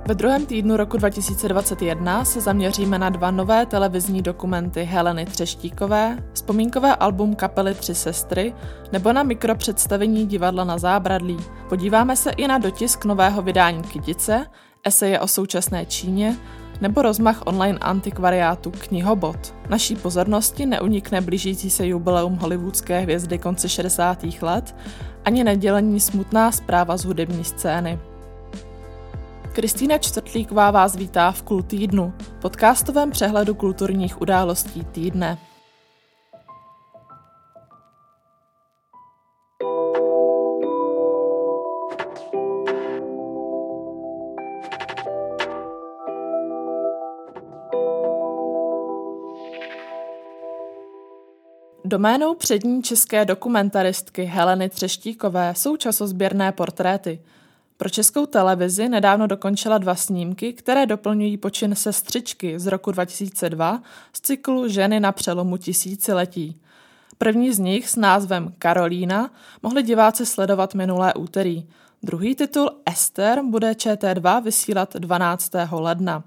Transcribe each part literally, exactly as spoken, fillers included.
Ve druhém týdnu roku dva tisíce dvacet jedna se zaměříme na dva nové televizní dokumenty Heleny Třeštíkové, vzpomínkové album kapely Tři sestry nebo na mikropředstavení Divadla Na zábradlí. Podíváme se i na dotisk nového vydání Kytice, eseje o současné Číně nebo rozmach online antikvariátu Knihobot. Naší pozornosti neunikne blížící se jubileum hollywoodské hvězdy konce šedesátých let ani nedělení smutná zpráva z hudební scény. Kristýna Čtvrtlíková vás vítá v Kultýdnu, podcastovém přehledu kulturních událostí týdne. Doménou přední české dokumentaristky Heleny Třeštíkové jsou časozběrné portréty. Pro Českou televizi nedávno dokončila dva snímky, které doplňují počin Sestřičky z roku dva tisíce dva z cyklu Ženy na přelomu tisíciletí. První z nich s názvem Karolína mohli diváci sledovat minulé úterý. Druhý titul Ester bude Č T dva vysílat dvanáctého ledna.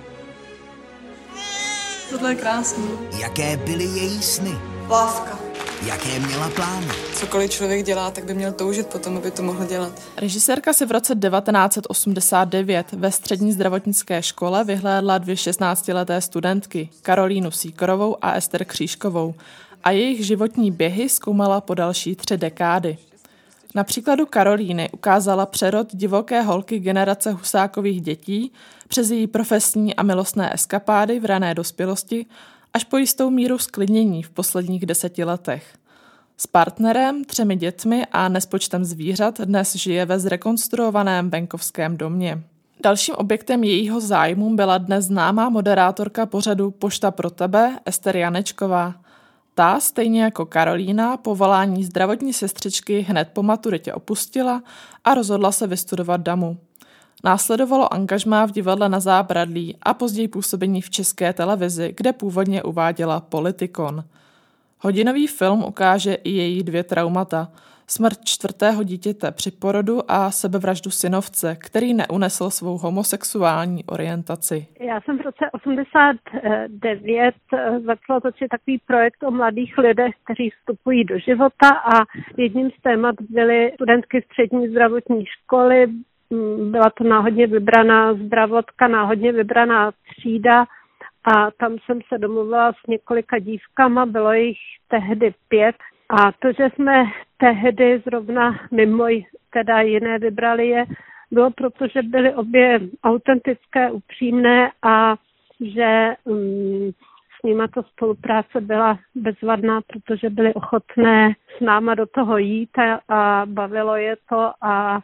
Tohle je krásný. Jaké byly její sny? Láska. Jaké měla plány? Cokoliv člověk dělá, tak by měl toužit potom, aby to mohl dělat. Režisérka si v roce devatenáct set osmdesát devět ve střední zdravotnické škole vyhlédla dvě šestnáctileté studentky, Karolínu Sýkorovou a Ester Křížkovou, a jejich životní běhy zkoumala po další tři dekády. Na příkladu Karolíny ukázala přerod divoké holky generace Husákových dětí přes její profesní a milostné eskapády v rané dospělosti až po jistou míru sklidnění v posledních deseti letech. S partnerem, třemi dětmi a nespočtem zvířat dnes žije ve zrekonstruovaném venkovském domě. Dalším objektem jejího zájmu byla dnes známá moderátorka pořadu Pošta pro tebe Ester Janečková. Ta, stejně jako Karolína, povolání zdravotní sestřičky hned po maturitě opustila a rozhodla se vystudovat damu. Následovalo angažmá v Divadle Na zábradlí a později působení v České televizi, kde původně uváděla Politikon. Hodinový film ukáže i její dvě traumata. Smrt čtvrtého dítěte při porodu a sebevraždu synovce, který neunesl svou homosexuální orientaci. Já jsem v roce osmdesát devět začala točit takový projekt o mladých lidech, kteří vstupují do života, a jedním z témat byly studentky střední zdravotní školy. Byla to náhodně vybraná zdravotka, náhodně vybraná třída a tam jsem se domluvila s několika dívkama, bylo jich tehdy pět. A to, že jsme tehdy zrovna mimo teda jiné vybrali je, bylo proto, že byly obě autentické, upřímné a že um, s nima to spolupráce byla bezvadná, protože byly ochotné s náma do toho jít a, a bavilo je to a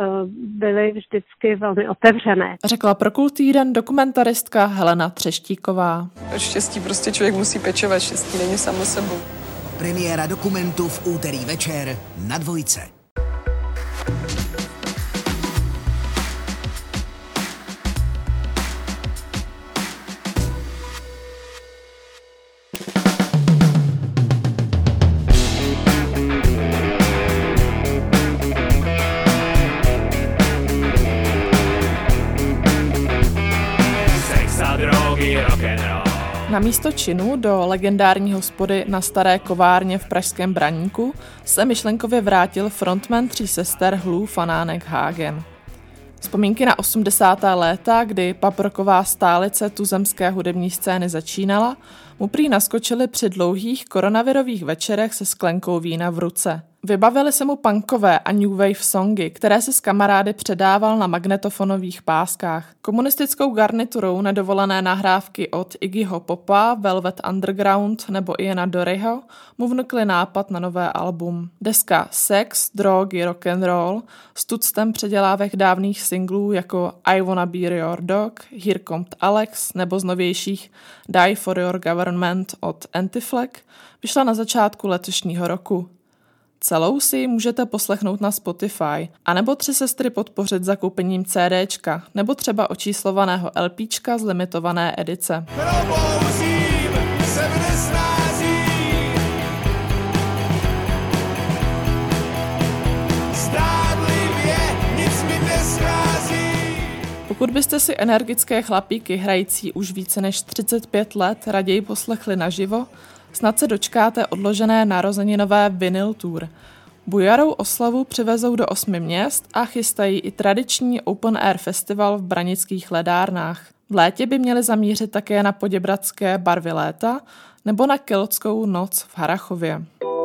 byly vždycky velmi otevřené. Řekla pro Kultýden dokumentaristka Helena Třeštíková. O štěstí prostě člověk musí pečovat, štěstí není samo sebou. Premiéra dokumentu v úterý večer na Dvojce. Na místo činu do legendární hospody na Staré kovárně v pražském Braníku se myšlenkově vrátil frontman Tří sester Hlů Fanánek Hagen. Vzpomínky na osmdesátá léta, kdy paproková stálice tuzemské hudební scény začínala, mu prý naskočily při dlouhých koronavirových večerech se sklenkou vína v ruce. Vybavily se mu punkové a new wave songy, které si s kamarády předával na magnetofonových páskách. Komunistickou garniturou nedovolené nahrávky od Iggyho Popa, Velvet Underground nebo Iana Doryho mu vnukli nápad na nové album. Deska Sex, drogy, rock'n'roll s tuctem předělávek dávných singlů jako I Wanna Be Your Dog, Here Comes Alex nebo z novějších Die for Your Government od Anti-Flag vyšla na začátku letošního roku. Celou si ji můžete poslechnout na Spotify, anebo Tři sestry podpořit zakoupením CDčka, nebo třeba očíslovaného LPčka z limitované edice. Pokud byste si energické chlapíky hrající už více než třicet pět let raději poslechli naživo, snad se dočkáte odložené narozeninové Vinyl Tour. Bujarou oslavu přivezou do osmi měst a chystají i tradiční Open Air festival v branických ledárnách. V létě by měli zamířit také na poděbradské Barvy léta nebo na keltskou noc v Harrachově.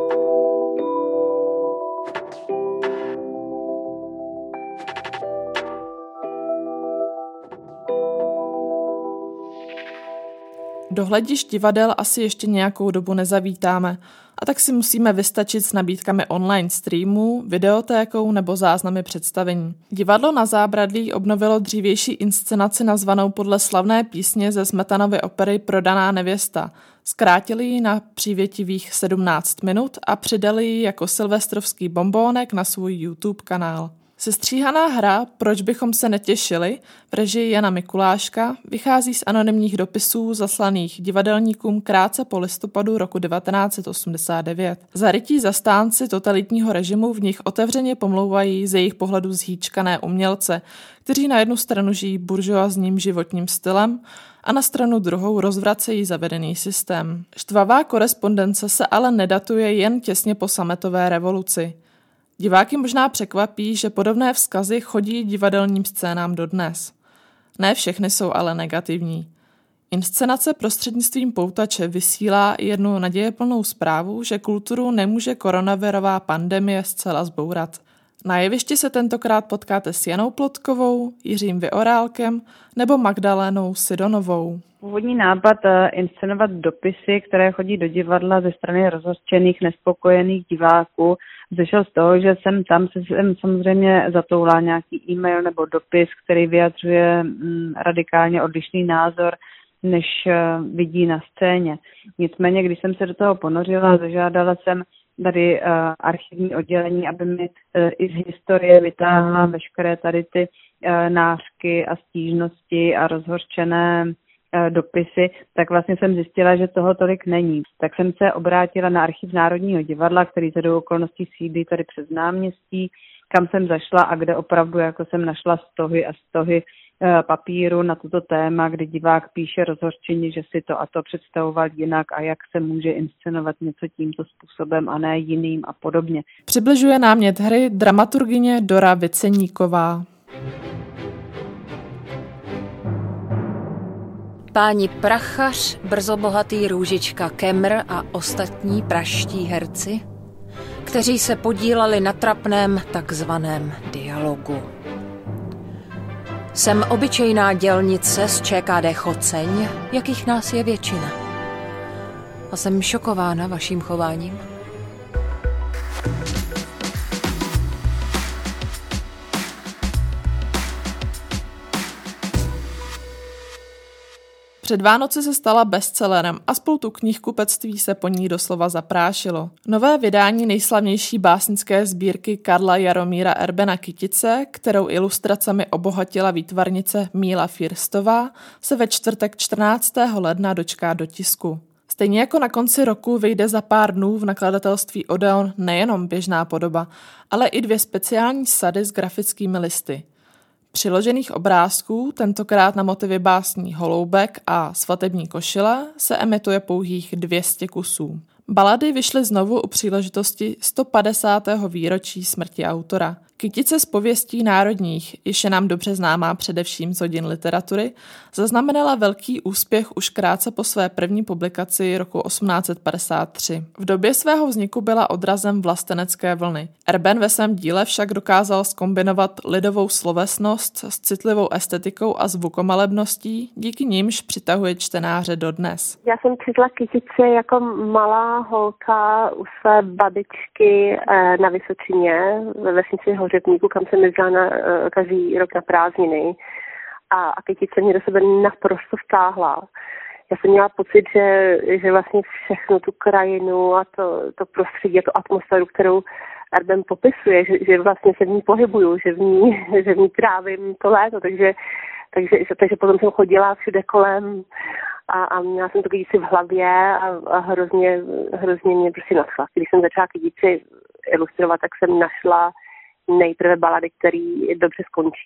Do hledišť divadel asi ještě nějakou dobu nezavítáme, a tak si musíme vystačit s nabídkami online streamů, videotékou nebo záznamy představení. Divadlo Na zábradlí obnovilo dřívější inscenaci nazvanou podle slavné písně ze Smetanovy opery Prodaná nevěsta. Zkrátili ji na přívětivých sedmnáct minut a přidali ji jako silvestrovský bombónek na svůj YouTube kanál. Sestříhaná hra Proč bychom se netěšili v režii Jana Mikuláška vychází z anonymních dopisů zaslaných divadelníkům krátce po listopadu roku devatenáct set osmdesát devět. Zarytí zastánci totalitního režimu v nich otevřeně pomlouvají z jejich pohledu zhýčkané umělce, kteří na jednu stranu žijí buržoazním životním stylem a na stranu druhou rozvracejí zavedený systém. Štvavá korespondence se ale nedatuje jen těsně po sametové revoluci. Diváky možná překvapí, že podobné vzkazy chodí divadelním scénám dodnes. Ne všechny jsou ale negativní. Inscenace prostřednictvím poutače vysílá jednu nadějeplnou zprávu, že kulturu nemůže koronavirová pandemie zcela zbourat. Na jevišti se tentokrát potkáte s Janou Plotkovou, Jiřím Vyorálkem nebo Magdalénou Sidonovou. Původní nápad inscenovat dopisy, které chodí do divadla ze strany rozhořčených, nespokojených diváků, vzešel z toho, že jsem tam se jsem samozřejmě zatoulá nějaký e-mail nebo dopis, který vyjadřuje mm, radikálně odlišný názor, než uh, vidí na scéně. Nicméně, když jsem se do toho ponořila, zažádala jsem tady uh, archivní oddělení, aby mi uh, i z historie vytáhla veškeré tady ty uh, nářky a stížnosti a rozhořčené dopisy, tak vlastně jsem zjistila, že toho tolik není. Tak jsem se obrátila na archiv Národního divadla, který za do okolností sídlí tady přes náměstí, kam jsem zašla a kde opravdu jako jsem našla stohy a stohy e, papíru na toto téma, kdy divák píše rozhořčeně, že si to a to představoval jinak a jak se může inscenovat něco tímto způsobem a ne jiným a podobně. Přibližuje námět hry dramaturgyně Dora Viceníková. Páni Prachař, brzobohatý Růžička Kemr a ostatní praští herci, kteří se podíleli na trapném takzvaném dialogu. Jsem obyčejná dělnice z ČKD Choceň, jakých nás je většina. A jsem šokována vaším chováním. Před Vánoci se stala bestsellerem a spoustu knihkupectví se po ní doslova zaprášilo. Nové vydání nejslavnější básnické sbírky Karla Jaromíra Erbena Kytice, kterou ilustracemi obohatila výtvarnice Míla Firstová, se ve čtvrtek čtrnáctého ledna dočká do tisku. Stejně jako na konci roku vyjde za pár dnů v nakladatelství Odeon nejenom běžná podoba, ale i dvě speciální sady s grafickými listy. Přiložených obrázků, tentokrát na motivy básní Holoubek a Svatební košile, se emituje pouhých dvě stě kusů. Balady vyšly znovu u příležitosti sto padesátého výročí smrti autora. Kytice z pověstí národních, jež je nám dobře známá především z hodin literatury, zaznamenala velký úspěch už krátce po své první publikaci roku osmnáct set padesát tři. V době svého vzniku byla odrazem vlastenecké vlny. Erben ve svém díle však dokázal zkombinovat lidovou slovesnost s citlivou estetikou a zvukomalebností, díky nímž přitahuje čtenáře dodnes. Já jsem četla Kytici jako malá holka u své babičky na Vysočině ve vesnici Hořebníku, kam jsem jezdila na, každý rok na prázdniny a, a Kytice mě do sebe naprosto vtáhla. Já jsem měla pocit, že, že vlastně všechno tu krajinu a to, to prostředí a tu atmosféru, kterou Erben popisuje, že, že vlastně se v ní pohybuju, že v ní, že v ní trávím to léto, takže, takže, takže potom jsem chodila všude kolem a, a měla jsem to Kytici v hlavě a, a hrozně, hrozně mě prostě nadchla. Když jsem začala Kytici ilustrovat, tak jsem našla nejprve balady, které dobře skončí.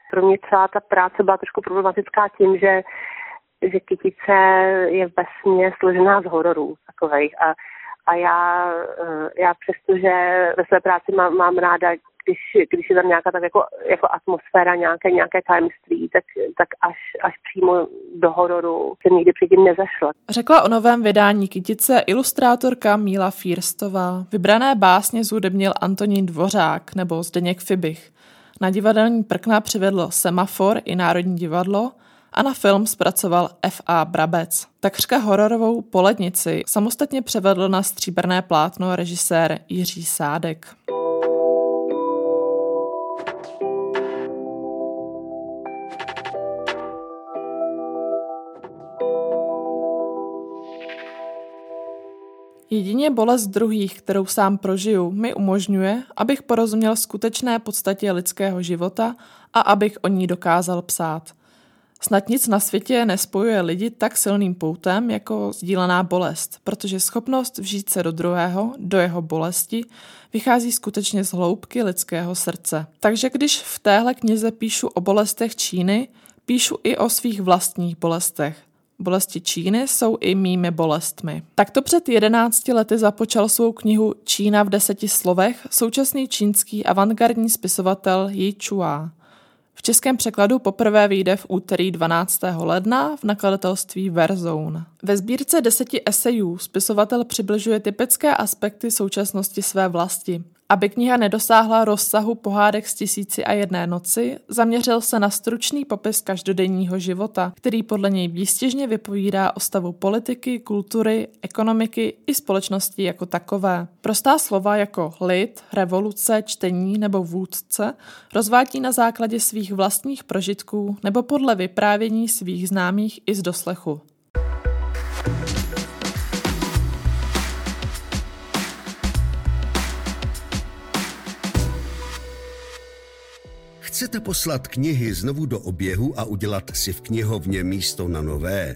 Pro mě celá ta práce byla trošku problematická tím, že, že Kytice je vesměs složená z hororů takovejch a, a já, já přestože ve své práci mám, mám ráda, když, když je tam nějaká tak jako, jako atmosféra, nějaké, nějaké tajemství, tak, tak až, až přímo do hororu jsem nikdy předtím nezašla. Řekla o novém vydání Kytice ilustrátorka Míla Fírstová. Vybrané básně zhudebnil Antonín Dvořák nebo Zdeněk Fibich. Na divadelní prkna přivedl Semafor i Národní divadlo a na film zpracoval F A Brabec. Takřka hororovou Polednici samostatně převedl na stříbrné plátno režisér Jiří Sádek. Jedině bolest druhých, kterou sám prožiju, mi umožňuje, abych porozuměl skutečné podstatě lidského života a abych o ní dokázal psát. Snad nic na světě nespojuje lidi tak silným poutem jako sdílená bolest, protože schopnost vžít se do druhého, do jeho bolesti, vychází skutečně z hloubky lidského srdce. Takže když v téhle knize píšu o bolestech Číny, píšu i o svých vlastních bolestech. Bolesti Číny jsou i mými bolestmi. Takto před jedenácti lety započal svou knihu Čína v deseti slovech současný čínský avantgardní spisovatel Ji Čua. V českém překladu poprvé vyjde v úterý dvanáctého ledna v nakladatelství Verzone. Ve sbírce deseti esejů spisovatel přibližuje typické aspekty současnosti své vlasti. Aby kniha nedosáhla rozsahu pohádek z Tisíci a jedné noci, zaměřil se na stručný popis každodenního života, který podle něj výstižně vypovídá o stavu politiky, kultury, ekonomiky i společnosti jako takové. Prostá slova jako lid, revoluce, čtení nebo vůdce rozvádí na základě svých vlastních prožitků nebo podle vyprávění svých známých i z doslechu. Chcete poslat knihy znovu do oběhu a udělat si v knihovně místo na nové?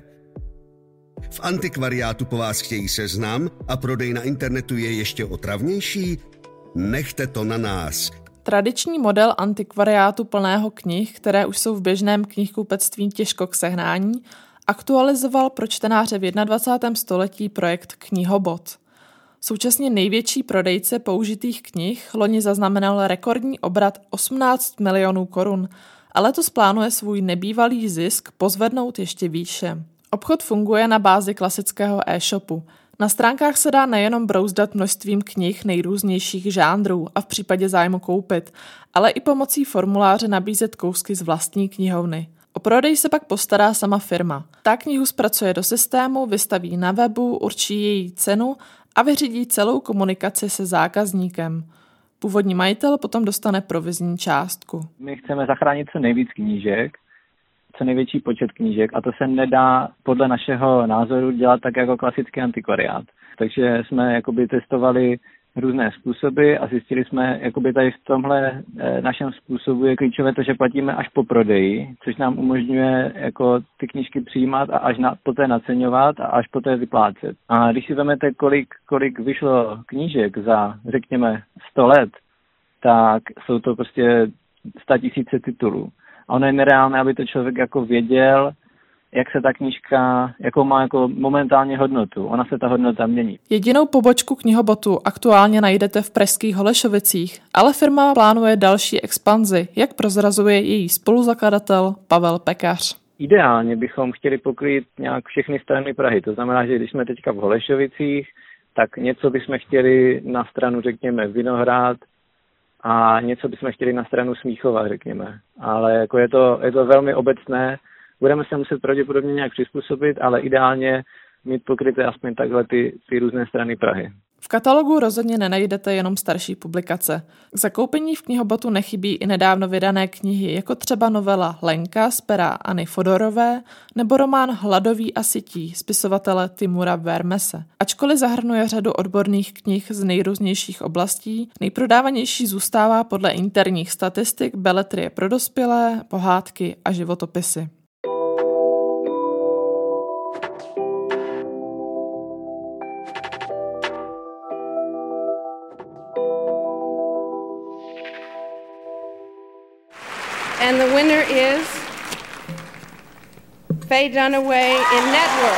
V antikvariátu po vás chtějí seznam a prodej na internetu je ještě otravnější? Nechte to na nás. Tradiční model antikvariátu plného knih, které už jsou v běžném knihkupectví těžko k sehnání, aktualizoval pro čtenáře v dvacátém prvním století projekt Knihobot. Současně největší prodejce použitých knih loni zaznamenal rekordní obrat osmnáct milionů korun a letos plánuje svůj nebývalý zisk pozvednout ještě výše. Obchod funguje na bázi klasického e-shopu. Na stránkách se dá nejenom brouzdat množstvím knih nejrůznějších žánrů a v případě zájmu koupit, ale i pomocí formuláře nabízet kousky z vlastní knihovny. O prodej se pak postará sama firma. Ta knihu zpracuje do systému, vystaví na webu, určí její cenu a vyřídí celou komunikaci se zákazníkem. Původní majitel potom dostane provizní částku. My chceme zachránit co nejvíc knížek, co největší počet knížek a to se nedá podle našeho názoru dělat tak jako klasický antikvariát. Takže jsme jakoby testovali různé způsoby a zjistili jsme, jakoby tady v tomhle našem způsobu je klíčové to, že platíme až po prodeji, což nám umožňuje jako ty knížky přijímat a až na, poté naceňovat a až poté vyplácet. A když si vezmete, kolik, kolik vyšlo knížek za, řekněme, sto let, tak jsou to prostě sta tisíce titulů. A ono je nereálné, aby to člověk jako věděl, jak se ta knížka, jakou má jako momentálně hodnotu. Ona se ta hodnota mění. Jedinou pobočku Knihobotu aktuálně najdete v pražských Holešovicích, ale firma plánuje další expanzi, jak prozrazuje její spoluzakladatel Pavel Pekař. Ideálně bychom chtěli pokrýt nějak všechny strany Prahy. To znamená, že když jsme teďka v Holešovicích, tak něco bychom chtěli na stranu, řekněme, Vinohrad a něco bychom chtěli na stranu Smíchova, řekněme. Ale jako je to, je to velmi obecné. Budeme se muset pravděpodobně nějak přizpůsobit, ale ideálně mít pokryté aspoň takhle ty, ty různé strany Prahy. V katalogu rozhodně nenajdete jenom starší publikace. K zakoupení v Knihobotu nechybí i nedávno vydané knihy, jako třeba novela Lenka z pera Anny Fodorové nebo román Hladový a sytí spisovatele Timura Vermese. Ačkoliv zahrnuje řadu odborných knih z nejrůznějších oblastí, nejprodávanější zůstává podle interních statistik beletrie pro dospělé, pohádky a životopisy. And the winner is Faye Dunaway in Network.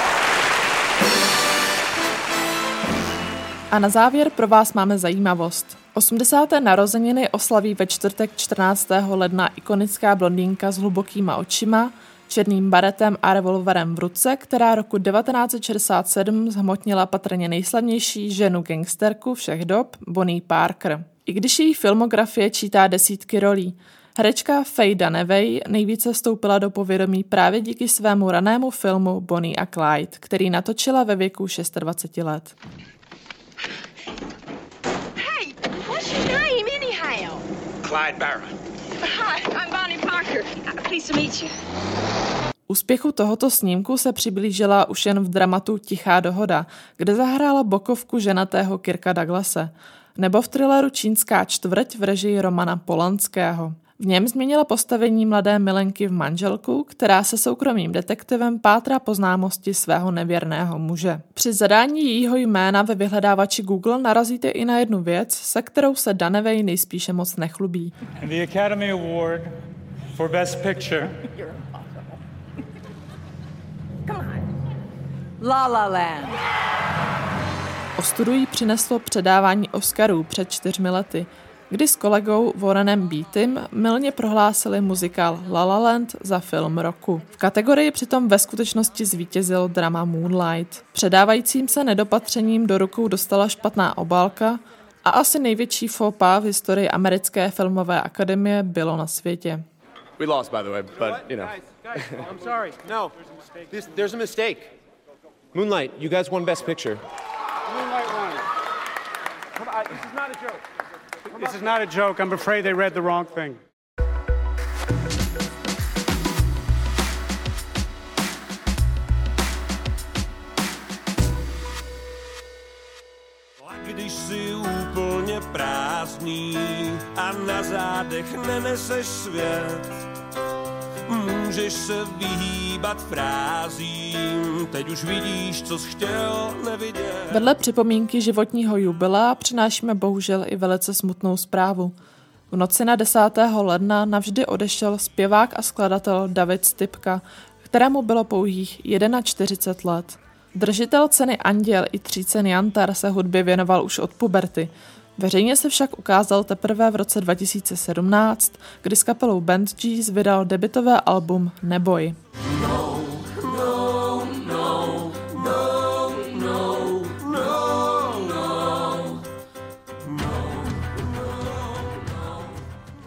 A na závěr pro vás máme zajímavost. osmdesáté narozeniny oslaví ve čtvrtek čtrnáctého ledna ikonická blondýnka s hlubokýma očima, černým baretem a revolverem v ruce, která roku devatenáct set šedesát sedm zhmotnila patrně nejslavnější ženu gangsterku všech dob, Bonnie Parker. I když její filmografie čítá desítky rolí, herečka Faye Dunaway nejvíce vstoupila do povědomí právě díky svému ranému filmu Bonnie a Clyde, který natočila ve věku dvacet šest let. Hey, what's your name anyhow? Clyde Barron. Hi, I'm Bonnie Parker. Pleased to meet you. Úspěchu tohoto snímku se přiblížila už jen v dramatu Tichá dohoda, kde zahrála bokovku ženatého Kirka Douglase, nebo v thrilleru Čínská čtvrť v režii Romana Polanského. V něm změnila postavení mladé milenky v manželku, která se soukromým detektivem pátrá po známosti svého nevěrného muže. Při zadání jejího jména ve vyhledávači Google narazíte i na jednu věc, se kterou se Dunaway nejspíše moc nechlubí. And the Academy Award for Best Picture. Come on. La La Land. Ostudu jí přineslo předávání Oscarů před čtyřmi lety, kdy s kolegou Warrenem Beattim mylně prohlásili muzikál La La Land za film roku. V kategorii přitom ve skutečnosti zvítězil drama Moonlight. Předávajícím se nedopatřením do rukou dostala špatná obálka a asi největší faux pas v historii americké filmové akademie bylo na světě. We lost, by the way, but, you know. Guys, guys, I'm sorry. No, this, there's a mistake. Moonlight, you guys won Best Picture. Moonlight won. Come on, this is not a joke. This is not a joke. I'm afraid they read the wrong thing. Když jsi úplně prázdný a na zádech neneseš svět, můžeš se vyhýbat frázím, teď už vidíš, co jsi chtěl nevidět. Vedle připomínky životního jubilea přinášíme bohužel i velice smutnou zprávu. V noci na desátého ledna navždy odešel zpěvák a skladatel David Stypka, kterému bylo pouhých čtyřicet jedna let. Držitel ceny Anděl i tří cen Jantar se hudbě věnoval už od puberty. Veřejně se však ukázal teprve v roce dva tisíce sedmnáct, kdy s kapelou Band Gees vydal debutové album Neboj. No, no, no, no, no, no, no.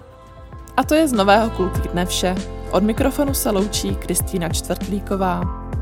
A to je z nového Kultýr dne vše. Od mikrofonu se loučí Kristýna Čtvrtlíková.